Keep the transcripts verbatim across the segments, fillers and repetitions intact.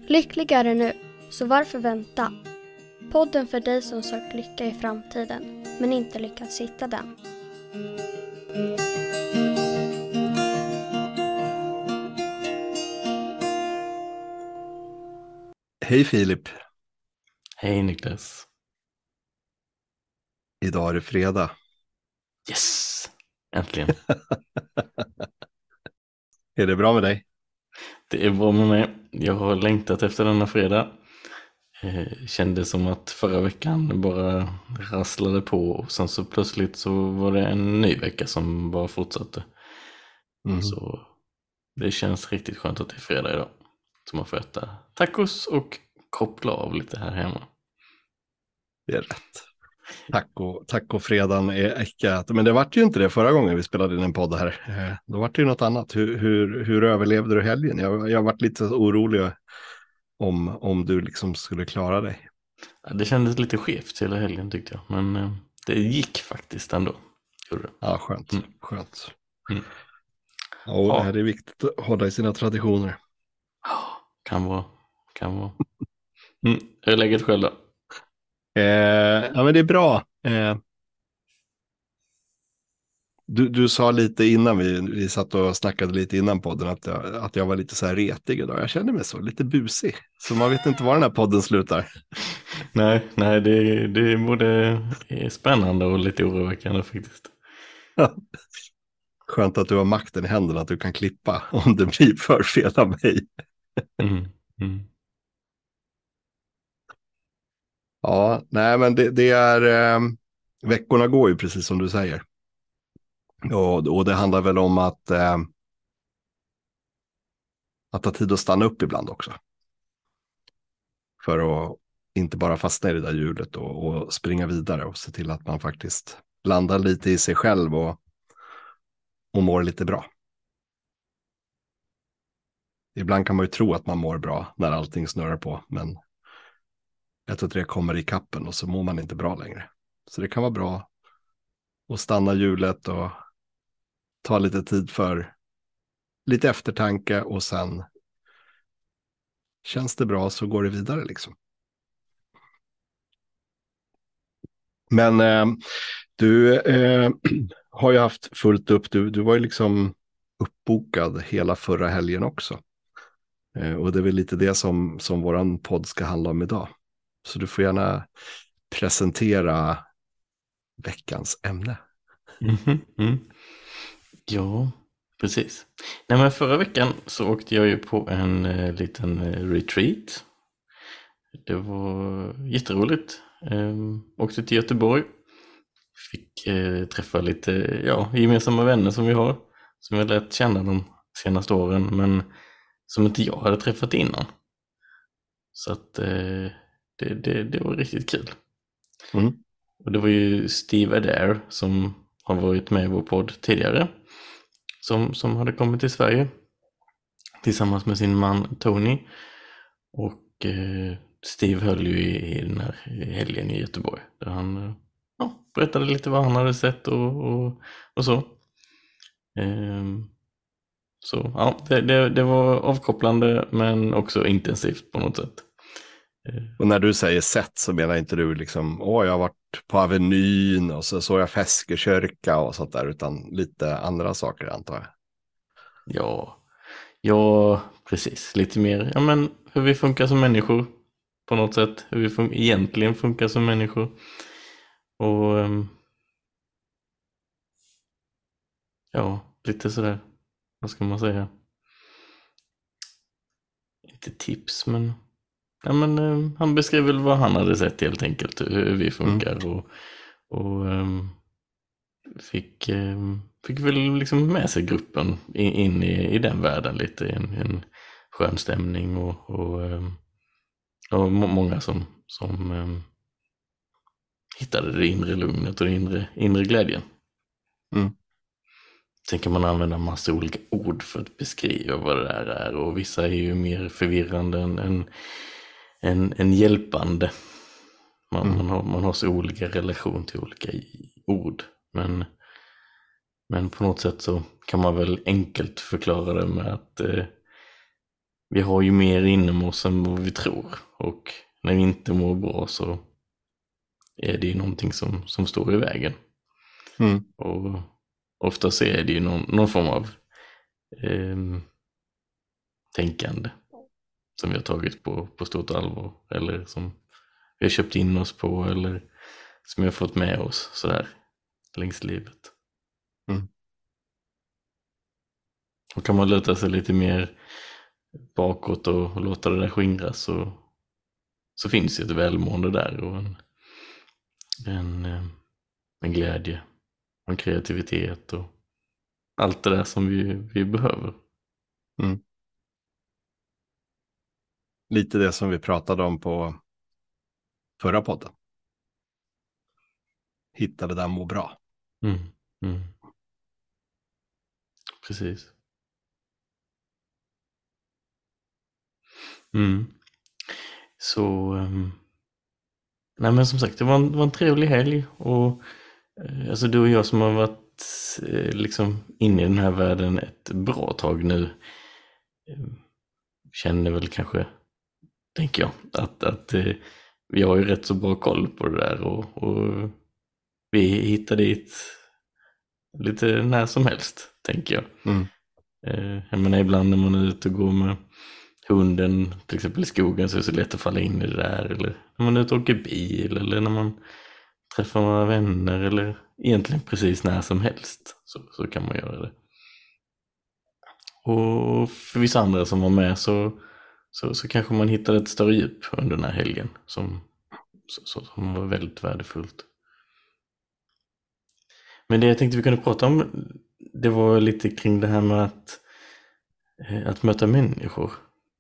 Lyckligare nu, så varför vänta? Podden för dig som sökt lycka i framtiden, men inte lyckats hitta den. Hej Filip. Hej Niklas. Idag är det fredag. Yes! Äntligen. Är det bra med dig? Det är bra med mig. Jag har längtat efter denna fredag. Eh, kände som att förra veckan bara rasslade på. Och sen så plötsligt så var det en ny vecka som bara fortsatte. Mm. Så det känns riktigt skönt att det är fredag idag. Så man får äta tacos och koppla av lite här hemma. Det är rätt. Taco, tacofredagen är äckat. Men det vart ju inte det förra gången vi spelade in en podd här. Eh, Då vart det ju något annat. Hur, hur, hur överlevde du helgen? Jag, jag varit lite orolig om, om du liksom skulle klara dig. Ja, det kändes lite skevt hela helgen tyckte jag. Men eh, det gick faktiskt ändå. Gjorde det. Ja, skönt. Mm. skönt. Mm. Ja, Ja. det är viktigt att hålla i sina traditioner. Ja, kan vara. Kan vara. Mm. Hur är läget själv då? Eh, ja, men det är bra. Eh, du, du sa lite innan, vi, vi satt och snackade lite innan podden, att jag, att jag var lite så här retig idag. Jag kände mig så, lite busig. Så man vet inte var den här podden slutar. Nej, nej det, det är både spännande och lite oroväckande faktiskt. Skönt att du har makten i händerna, att du kan klippa om det blir för fel av mig. Mm. Mm. Ja, nej men det, det är, eh, veckorna går ju precis som du säger. Och, och det handlar väl om att, eh, att ta tid att stanna upp ibland också. För att inte bara fastna i det där hjulet och, och springa vidare och se till att man faktiskt landar lite i sig själv och, och mår lite bra. Ibland kan man ju tro att man mår bra när allting snurrar på, men jag tror att det kommer i kappen och så mår man inte bra längre. Så det kan vara bra att stanna hjulet och ta lite tid för lite eftertanke och sen känns det bra så går det vidare liksom. Men eh, du eh, har ju haft fullt upp, du, du var ju liksom uppbokad hela förra helgen också. Eh, och det är väl lite det som, som våran podd ska handla om idag. Så du får gärna presentera veckans ämne. Mm. Mm. Ja, precis. Nej, men förra veckan så åkte jag ju på en eh, liten eh, retreat. Det var jätteroligt. Ehm, åkte till Göteborg. Fick eh, träffa lite ja, gemensamma vänner som vi har. Som jag lärt känna de senaste åren. Men som inte jag hade träffat innan. Så att eh, det, det, det var riktigt kul. Mm. Och det var ju Steve Adair som har varit med i vår podd tidigare. Som, som hade kommit till Sverige. Tillsammans med sin man Tony. Och eh, Steve höll ju i, i den här helgen i Göteborg. Där han eh, ja, berättade lite vad han hade sett och, och, och så. Ehm, så ja, det, det, det var avkopplande men också intensivt på något sätt. Och när du säger sett så menar inte du liksom, åh jag har varit på Avenyn och så såg jag Feskekörka och sånt där, utan lite andra saker antar jag. Ja, ja precis. Lite mer, ja men hur vi funkar som människor på något sätt. Hur vi fun- egentligen funkar som människor. Och um, ja, lite sådär, vad ska man säga? Inte tips men, ja men um, han beskrev väl vad han hade sett helt enkelt. Hur vi funkar mm. och, och um, fick, um, fick väl liksom med sig gruppen in, in i, i den världen lite. En, en skön stämning och, och, um, och må- många som, som um, hittade det inre lugnet och det inre, inre glädjen. Mm. Sen kan man använda massa olika ord för att beskriva vad det där är. Och vissa är ju mer förvirrande än, än, än, än hjälpande. Man, mm. man, har, man har så olika relation till olika ord. Men, men på något sätt så kan man väl enkelt förklara det med att eh, vi har ju mer inom oss än vad vi tror. Och när vi inte mår bra så är det ju någonting som, som står i vägen. Mm. Och ofta så är det ju någon, någon form av eh, tänkande som vi har tagit på, på stort allvar. Eller som vi har köpt in oss på. Eller som vi har fått med oss sådär längs livet. Mm. Och kan man luta sig lite mer bakåt och låta det där skingras så, så finns ju ett välmående där och en, en, en glädje och en kreativitet och allt det där som vi, vi behöver. Mm. Lite det som vi pratade om på förra podden. Hitta det där må bra. Mm, mm. Precis. Mm. Så um, nej men som sagt, det var en, det var en trevlig helg och eh, alltså du och jag som har varit eh, liksom inne i den här världen ett bra tag nu eh, känner väl kanske, tänker jag, att, att eh, vi har ju rätt så bra koll på det där och, och vi hittar dit lite när som helst, tänker jag. Mm. Eh, jag menar ibland när man är ute och går med hunden till exempel i skogen så är det så lätt att falla in i det där, eller när man är ute och åker bil eller när man träffar några vänner eller egentligen precis när som helst så, så kan man göra det. Och för vissa andra som var med så, så, så kanske man hittade ett större djup under den här helgen som, så, som var väldigt värdefullt. Men det jag tänkte vi kunde prata om, det var lite kring det här med att, att möta människor.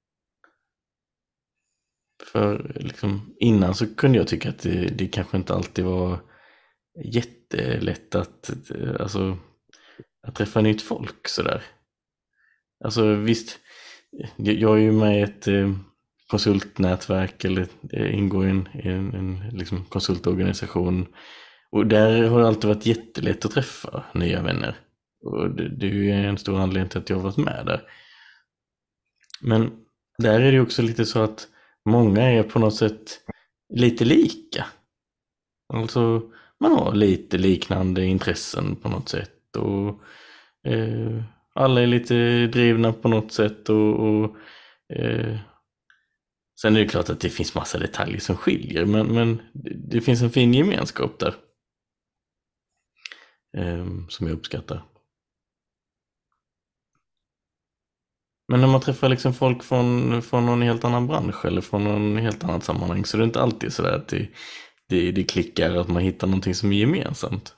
För liksom, innan så kunde jag tycka att det, det kanske inte alltid var jättelätt att, alltså, att träffa nytt folk sådär. Alltså visst, jag är ju med i ett eh, konsultnätverk eller ingår i en, en, en liksom konsultorganisation och där har det alltid varit jättelätt att träffa nya vänner. Och det, det är ju en stor anledning till att jag har varit med där. Men där är det också lite så att många är på något sätt lite lika. Alltså man har lite liknande intressen på något sätt och eh, alla är lite drivna på något sätt och, och eh, sen är det klart att det finns massa detaljer som skiljer men, men det finns en fin gemenskap där eh, som jag uppskattar. Men när man träffar liksom folk från, från någon helt annan bransch eller från någon helt annat sammanhang så är det inte alltid så där att det, det, det klickar att man hittar någonting som är gemensamt.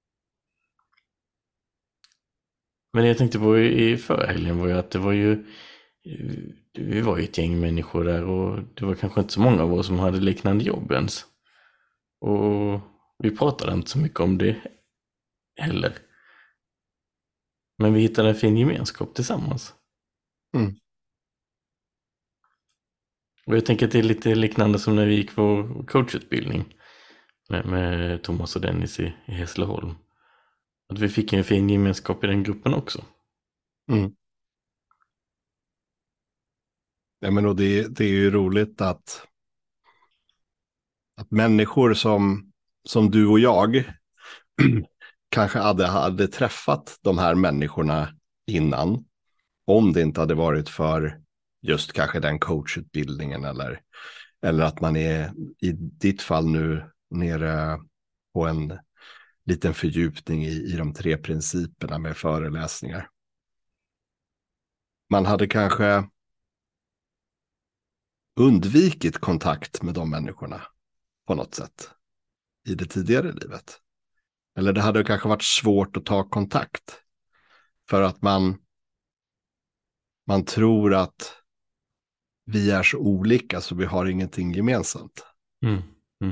Men det jag tänkte på i förra helgen var ju att det var ju vi var ju ett gäng människor där och det var kanske inte så många av oss som hade liknande jobb ens. Och vi pratade inte så mycket om det heller. Men vi hittade en fin gemenskap tillsammans. Mm. Och jag tänker att det är lite liknande som när vi gick vår coachutbildning med, med Thomas och Dennis i, i Hässleholm. Att vi fick en fin gemenskap i den gruppen också. Mm. Ja, men och det, det är ju roligt att, att människor som, som du och jag kanske hade, hade träffat de här människorna innan om det inte hade varit för just kanske den coachutbildningen eller, eller att man är i ditt fall nu nere på en liten fördjupning i, i de tre principerna med föreläsningar. Man hade kanske undvikit kontakt med de människorna på något sätt i det tidigare livet. Eller det hade kanske varit svårt att ta kontakt för att man man tror att vi är så olika så vi har ingenting gemensamt. Mm, mm.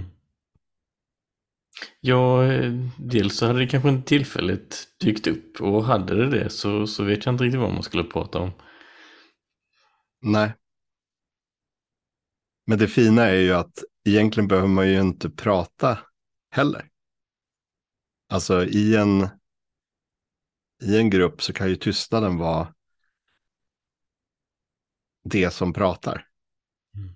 Ja, dels så hade det kanske inte tillfället dykt upp och hade det det så, så vet jag inte riktigt vad man skulle prata om. Nej. Men det fina är ju att egentligen behöver man ju inte prata heller. Alltså i en, i en grupp så kan ju tystnaden vara det som pratar. Mm.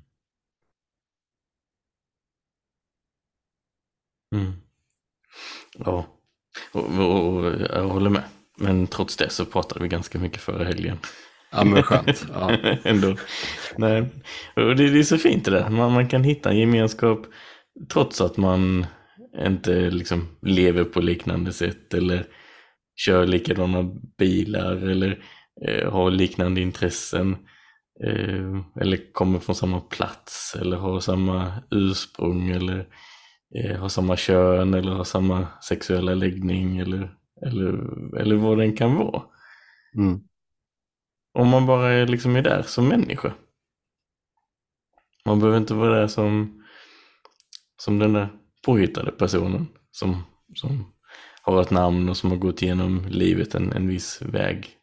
Mm. Ja, och, och, och jag håller med. Men trots det så pratade vi ganska mycket förra helgen. Ja, men skönt. Ja. Ändå. Nej. Och det, det är så fint det där. Man, man kan hitta en gemenskap trots att man inte liksom lever på liknande sätt eller kör likadana bilar eller eh, har liknande intressen eh, eller kommer från samma plats eller har samma ursprung eller eh, har samma kön eller har samma sexuella läggning eller, eller, eller vad den kan vara. Mm. Om man bara är, liksom är där som människa. Man behöver inte vara där som, som den där påhittade personen som, som har ett namn och som har gått igenom livet en, en viss väg.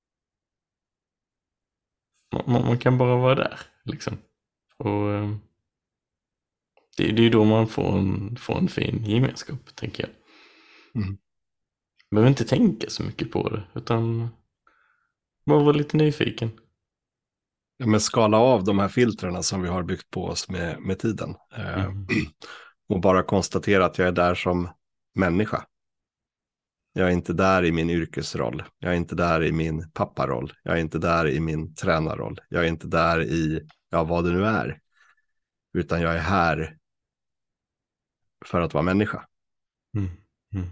Man, man kan bara vara där liksom. Och eh, det, det är då man får en, får en fin gemenskap, tänker jag. Mm. Man behöver inte tänka så mycket på det, utan bara vara lite nyfiken. Ja, men skala av de här filtrerna som vi har byggt på oss med, med tiden. Eh, Mm. och bara konstatera att jag är där som människa. Jag är inte där i min yrkesroll. Jag är inte där i min papparoll. Jag är inte där i min tränarroll. Jag är inte där i, ja, vad det nu är. Utan jag är här för att vara människa. Mm. Mm.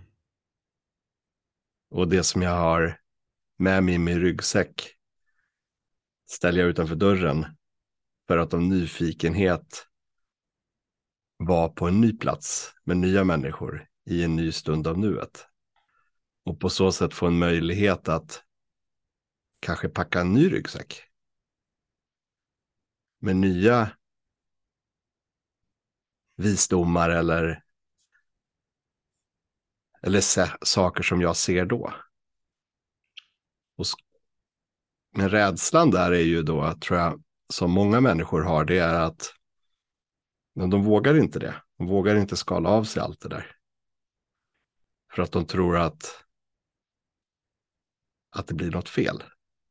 Och det som jag har med mig i min ryggsäck ställer jag utanför dörren för att av nyfikenhet vara på en ny plats med nya människor i en ny stund av nuet. Och på så sätt få en möjlighet att kanske packa en ny ryggsäck med nya visdomar eller, eller se- saker som jag ser då. Och, men rädslan där är ju då, tror jag, som många människor har, det är att men de vågar inte det. De vågar inte skala av sig allt det där. För att de tror att, att det blir något fel.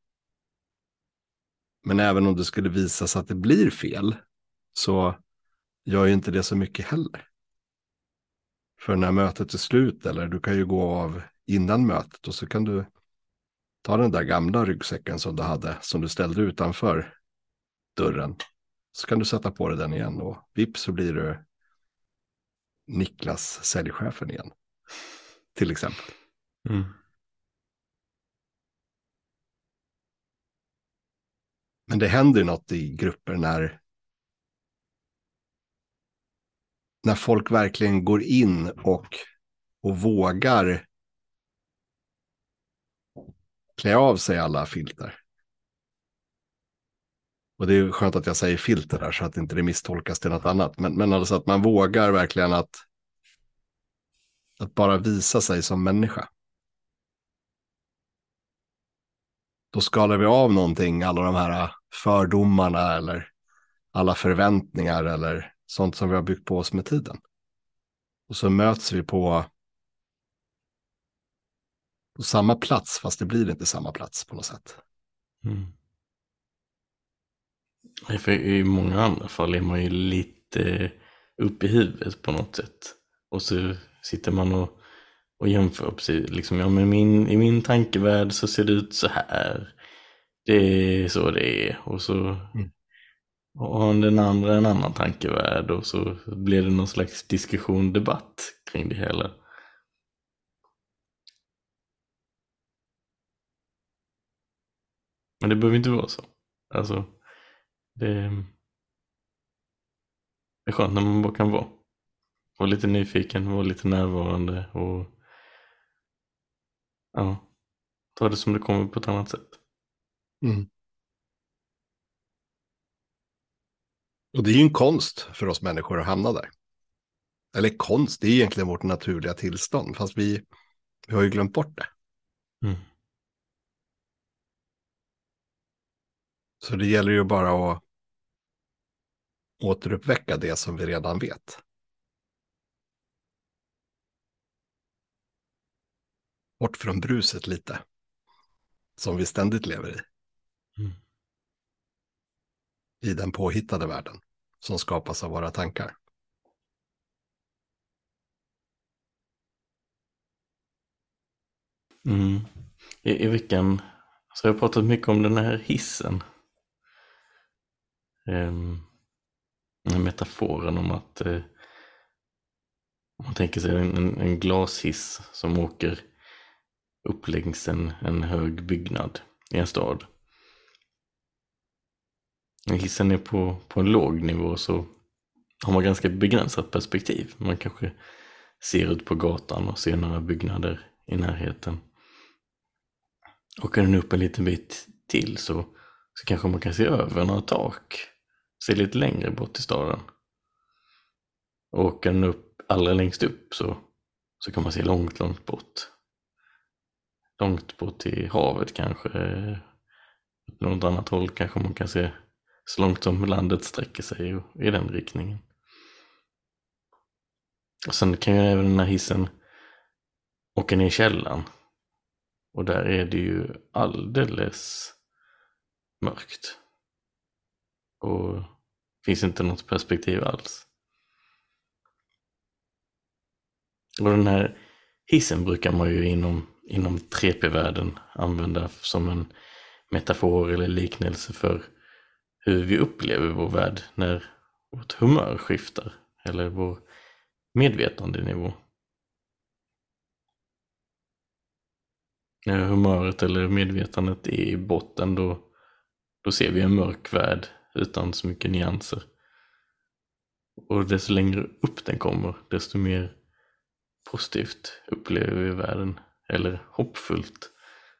Men även om det skulle visa sig att det blir fel så gör ju inte det så mycket heller. För när mötet är slut, eller du kan ju gå av innan mötet och så kan du ta den där gamla ryggsäcken som du hade, som du ställde utanför dörren. Så kan du sätta på dig den igen och vips så blir du Niklas, säljchefen igen. Till exempel. Mm. Men det händer något i grupper när när folk verkligen går in och, och vågar klä av sig alla filter. Och det är skönt att jag säger filter där så att inte det misstolkas till något annat. Men, men alltså att man vågar verkligen att, att bara visa sig som människa. Då skalar vi av någonting, alla de här fördomarna eller alla förväntningar eller sånt som vi har byggt på oss med tiden. Och så möts vi på, på samma plats, fast det blir inte samma plats på något sätt. Mm. För i många andra fall är man ju lite upp i huvudet på något sätt. Och så sitter man och, och jämför precis, liksom, ja, men min, i min tankevärld så ser det ut så här. Det är så det är. Och så Mm. har den andra en annan tankevärld och så blir det någon slags diskussion, debatt kring det hela. Men det behöver inte vara så. Alltså, det, det är skönt när man bara kan vara. Vara lite nyfiken, vara lite närvarande och ja, ta det som det kommer på ett annat sätt. Mm. Och det är ju en konst för oss människor att hamna där. Eller konst, det är egentligen vårt naturliga tillstånd. Fast vi, vi har ju glömt bort det. Mm. Så det gäller ju bara att återuppväcka det som vi redan vet. Bort från bruset lite. Som vi ständigt lever i. Mm. i den påhittade världen som skapas av våra tankar. Mm. I, I veckan så har jag pratat mycket om den här hissen. Um, den här metaforen om att uh, man tänker sig en, en glashiss som åker upp längs en, en hög byggnad i en stad. När hissen är på, på en låg nivå så har man ganska begränsat perspektiv. Man kanske ser ut på gatan och ser några byggnader i närheten. Åker den upp en liten bit till så, så kanske man kan se över några tak. Se lite längre bort i staden. Och åker den upp allra längst upp så, så kan man se långt, långt bort. Långt bort till havet kanske. Något annat håll kanske man kan se så långt som landet sträcker sig i den riktningen. Och sen kan ju även den här hissen åka ner i källaren. Och där är det ju alldeles mörkt. Och finns inte något perspektiv alls. Och den här hissen brukar man ju inom, inom tre P-världen använda som en metafor eller liknelse för hur vi upplever vår värld när vårt humör skiftar. Eller vår medvetandenivå. När humöret eller medvetandet är i botten då, då ser vi en mörk värld utan så mycket nyanser. Och desto längre upp den kommer, desto mer positivt upplever vi världen. Eller hoppfullt.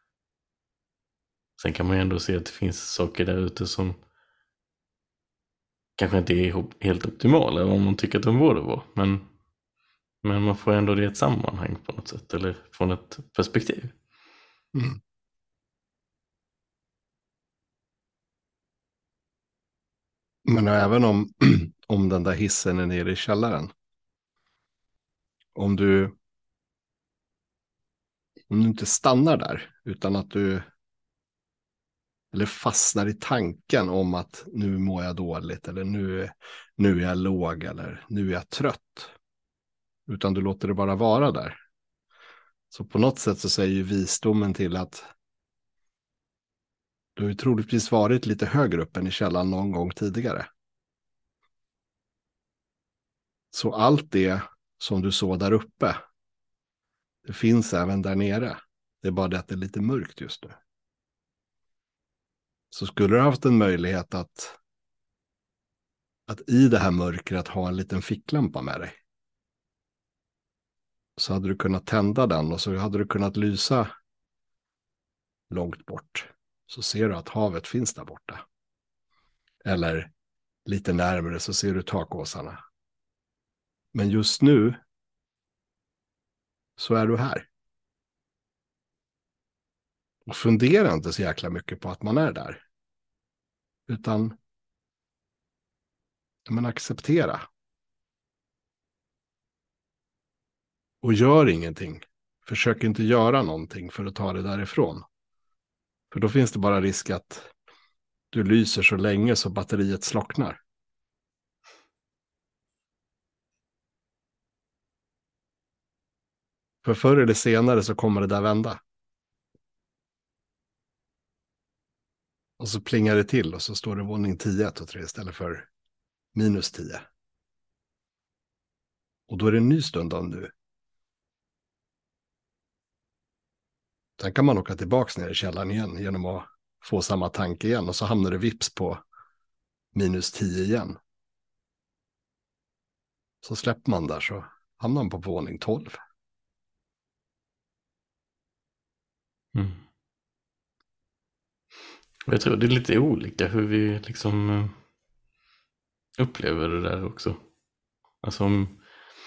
Sen kan man ju ändå se att det finns saker där ute som kanske inte är helt optimala om man tycker att de borde vara. Men, men man får ändå det i ett sammanhang på något sätt. Eller från ett perspektiv. Mm. Men även om, om den där hissen är nere i källaren. Om du, om du inte stannar där utan att du eller fastnar i tanken om att nu mår jag dåligt eller nu, nu är jag låg eller nu är jag trött. Utan du låter det bara vara där. Så på något sätt så säger ju visdomen till att du har ju troligtvis varit lite högre upp än i källan någon gång tidigare. Så allt det som du såg där uppe, det finns även där nere. Det är bara det att det är lite mörkt just nu. Så skulle du haft en möjlighet att, att i det här mörkret ha en liten ficklampa med dig. Så hade du kunnat tända den och så hade du kunnat lysa långt bort. Så ser du att havet finns där borta. Eller lite närmare så ser du takåsarna. Men just nu så är du här. Och fundera inte så jäkla mycket på att man är där. Utan men acceptera. Och gör ingenting. Försök inte göra någonting för att ta det därifrån. För då finns det bara risk att du lyser så länge så batteriet slocknar. För förr eller senare så kommer det där vända. Och så plingar det till och så står det våning tio, ett och tre istället för minus tio. Och då är det en ny stund av nu. Sen kan man åka tillbaka ner i källaren igen genom att få samma tanke igen. Och så hamnar det vips på minus tio igen. Så släpper man där så hamnar man på våning tolv. Mm. Jag tror det är lite olika hur vi liksom upplever det där också. Alltså om...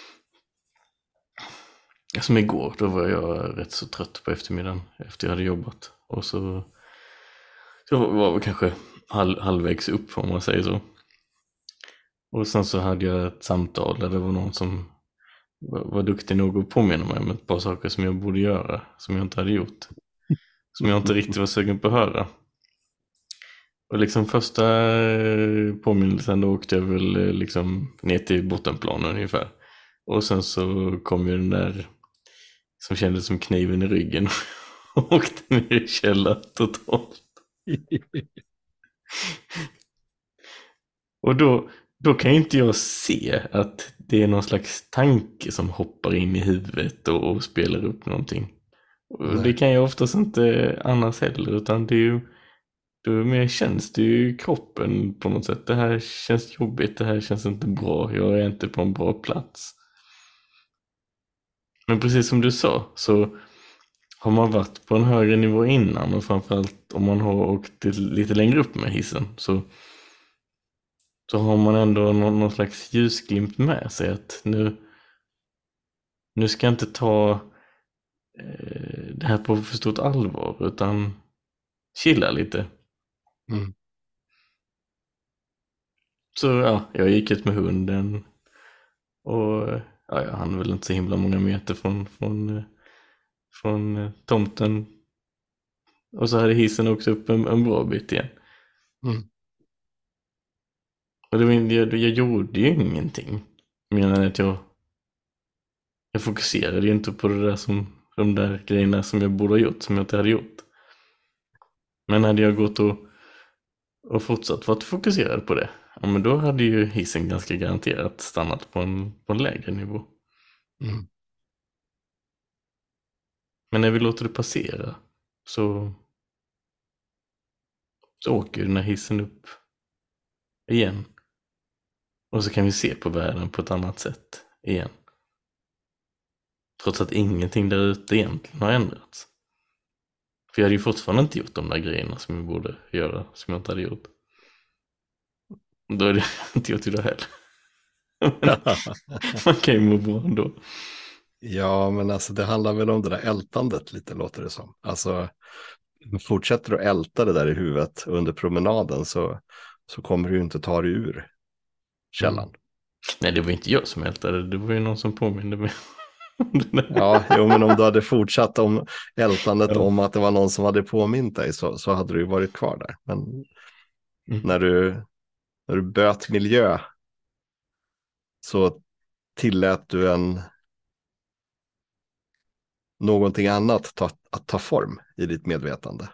Som igår, då var jag rätt så trött på eftermiddagen efter jag hade jobbat. Och så, så var jag kanske halv, halvvägs upp om man säger så. Och sen så hade jag ett samtal där det var någon som var, var duktig nog att påminna mig om ett par saker som jag borde göra, som jag inte hade gjort. Som jag inte riktigt var sugen på att höra. Och liksom första eh, påminnelsen då åkte jag väl eh, liksom ner till bottenplanen ungefär. Och sen så kom ju den där som kändes som kniven i ryggen och åkte ner i källaren totalt. Och då, då kan ju inte jag se att det är någon slags tanke som hoppar in i huvudet och, och spelar upp någonting. Och det kan jag oftast inte annars heller, utan det är ju då mer känns det ju i kroppen på något sätt. Det här känns jobbigt, det här känns inte bra, jag är inte på en bra plats. Men precis som du sa så har man varit på en högre nivå innan, och framförallt om man har åkt lite längre upp med hissen så, så har man ändå någon, någon slags ljusglimt med sig att nu, nu ska jag inte ta eh, det här på för stort allvar utan chilla lite. Mm. Så ja, jag gick ut med hunden och ja, jag hann väl inte så himla många meter från, från, eh, från eh, tomten. Och så hade hissen också upp en, en bra bit igen. Mm. Och det var, jag, jag gjorde ju ingenting. Jag menar att jag jag fokuserade ju inte på det där som, de där grejerna som jag borde ha gjort, som jag inte hade gjort. Men hade jag gått och, och fortsatt varit fokuserad på det, ja men då hade ju hissen ganska garanterat stannat på en, på en lägre nivå. Mm. Men när vi låter det passera så, så åker ju den här hissen upp igen. Och så kan vi se på världen på ett annat sätt igen. Trots att ingenting där ute egentligen har ändrats. För jag hade ju fortfarande inte gjort de där grejerna som jag borde göra, som jag inte hade gjort. Då hade jag inte gjort det heller. Man kan ju må bra ändå. Ja, men alltså det handlar väl om det där ältandet lite, låter det som. Alltså, fortsätter du att älta det där i huvudet under promenaden så, så kommer du ju inte ta dig ur källan. Mm. Nej, det var inte jag som ältade, det var ju någon som påminde mig. Ja, jo, men om du hade fortsatt om ältandet ja. Om att det var någon som hade påmint dig så, så hade du ju varit kvar där. Men mm. när, du, när du böt miljö så tillät du en någonting annat ta, att ta form i ditt medvetande.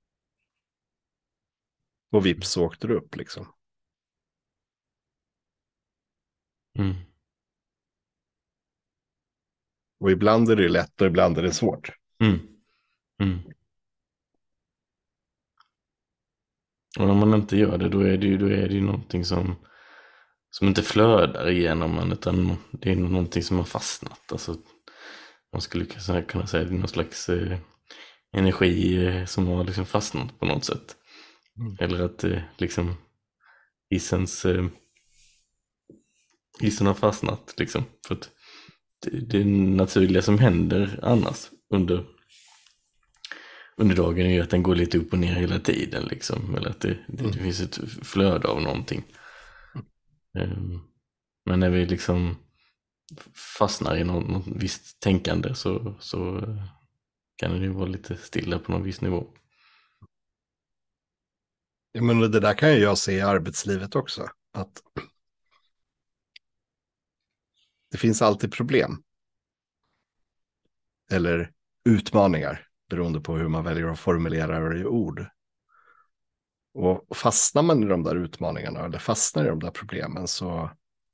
Och vips så åkte du upp liksom. Mm. Och ibland är det lätt och ibland är det svårt. Mm. Mm. Och när man inte gör det, då är det ju, då är det ju någonting som, som inte flödar igenom en, utan det är någonting som har fastnat. Alltså, man skulle kunna säga att det är någon slags eh, energi eh, som har liksom fastnat på något sätt. Mm. Eller att eh, liksom hissens eh, hissen har fastnat liksom. För att det, det naturliga som händer annars under under dagen är ju att den går lite upp och ner hela tiden liksom. Eller att det, det, det finns ett flöde av någonting. Mm. Men när vi liksom fastnar i något, något visst tänkande så, så kan det ju vara lite stilla på någon viss nivå. Ja, men det där kan ju jag se i arbetslivet också. Att det finns alltid problem. Eller utmaningar. Beroende på hur man väljer att formulera det i ord. Och fastnar man i de där utmaningarna eller fastnar i de där problemen så,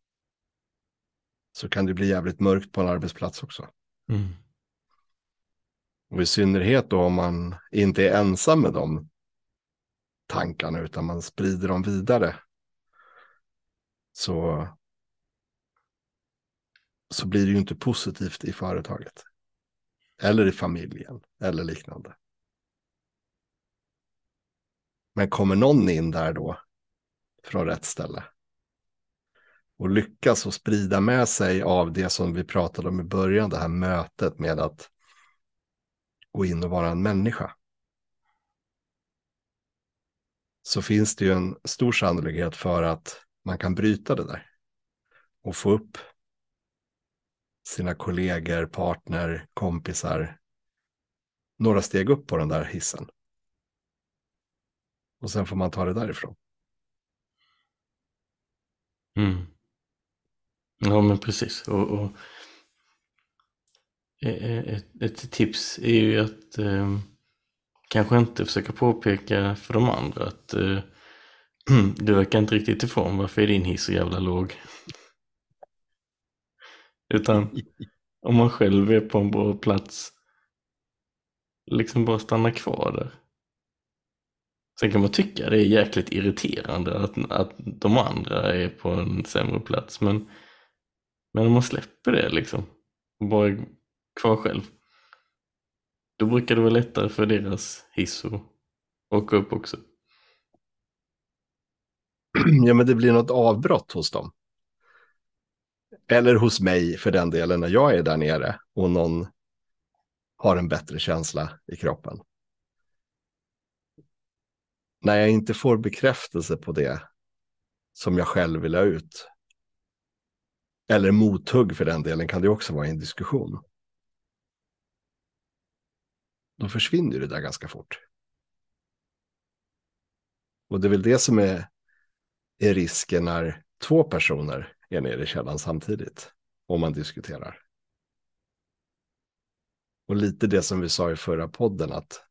så kan det bli jävligt mörkt på en arbetsplats också. Mm. Och i synnerhet då om man inte är ensam med de tankarna utan man sprider dem vidare. Så, så blir det ju inte positivt i företaget. Eller i familjen eller liknande. Men kommer någon in där då från rätt ställe och lyckas och sprida med sig av det som vi pratade om i början, det här mötet med att gå in och vara en människa, så finns det ju en stor sannolikhet för att man kan bryta det där och få upp sina kollegor, partner, kompisar några steg upp på den där hissen. Och sen får man ta det därifrån. Mm. Ja, men precis. Och, och ett, ett tips är ju att eh, kanske inte försöka påpeka för de andra att eh, du verkar inte riktigt ifrån, varför är din hiss så jävla låg? Utan om man själv är på en bra plats, liksom bara stanna kvar där. Sen kan man tycka det är jäkligt irriterande att, att de andra är på en sämre plats, men, men om man släpper det liksom och bara är kvar själv, då brukar det vara lättare för deras hiss att åka upp också. Ja, men det blir något avbrott hos dem. Eller hos mig för den delen när jag är där nere och någon har en bättre känsla i kroppen. När jag inte får bekräftelse på det som jag själv vill ha ut. Eller mothugg för den delen kan det också vara i en diskussion. Då försvinner det där ganska fort. Och det är väl det som är, är risken när två personer är nere i källan samtidigt. Om man diskuterar. Och lite det som vi sa i förra podden, att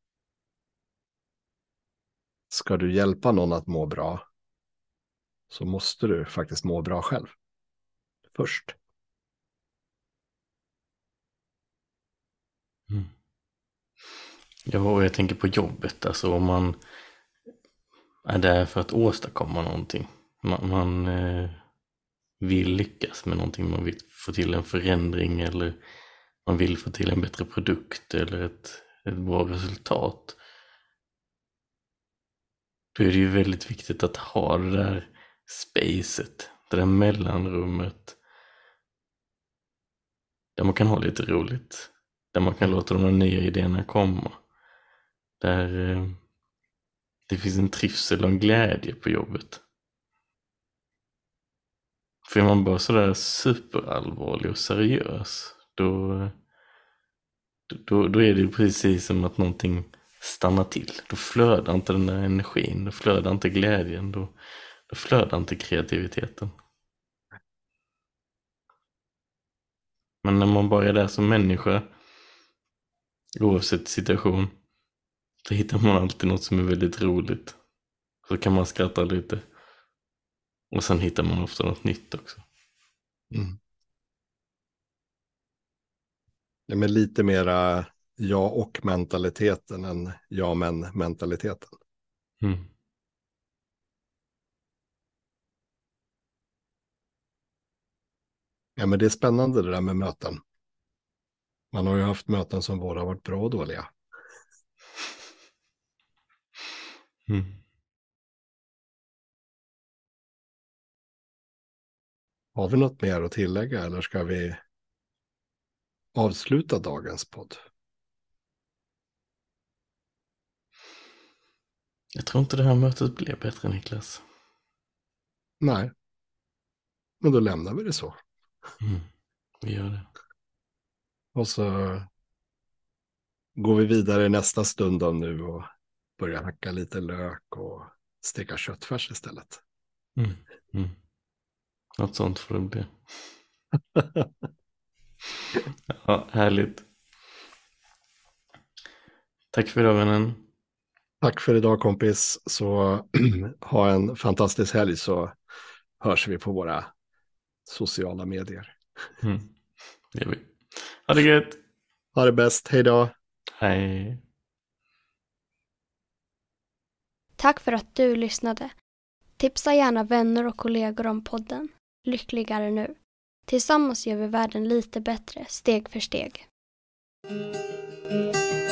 ska du hjälpa någon att må bra så måste du faktiskt må bra själv. Först. Mm. Ja, och jag tänker på jobbet. Alltså om man är där för att åstadkomma någonting. Man, man eh, vill lyckas med någonting. Man vill få till en förändring eller man vill få till en bättre produkt eller ett, ett bra resultat. Då är det ju väldigt viktigt att ha det där spacet, det där mellanrummet där man kan ha lite roligt, där man kan låta de här nya idéerna komma, där eh, det finns en trivsel och en glädje på jobbet. För är man bara sådär superallvarlig och seriös, då, då, då är det precis som att någonting stannar till. Då flödar inte den där energin, då flödar inte glädjen, då, då flödar inte kreativiteten. Men när man bara är där som människa, oavsett situation, så hittar man alltid något som är väldigt roligt. Så kan man skratta lite. Och sen hittar man ofta något nytt också. Mm. Ja, men lite mera ja och mentaliteten än ja men mentaliteten. Mm. Ja, men det är spännande det där med möten. Man har ju haft möten som båda har varit bra och dåliga. Mm. Har vi något mer att tillägga eller ska vi avsluta dagens podd? Jag tror inte det här mötet blev bättre, Niklas. Nej. Men då lämnar vi det så. Mm. Vi gör det. Och så går vi vidare i nästa stund om nu och börjar hacka lite lök och steka köttfärs istället. Mm. Mm. Något sånt får det bli. Ja, härligt. Tack för idag, vännen. Tack för idag kompis, så ha en fantastisk helg så hörs vi på våra sociala medier. Mm. Det gör vi. Ha det gött. Ha det bäst, hej då. Hej. Tack för att du lyssnade. Tipsa gärna vänner och kollegor om podden. Lyckligare nu. Tillsammans gör vi världen lite bättre, steg för steg.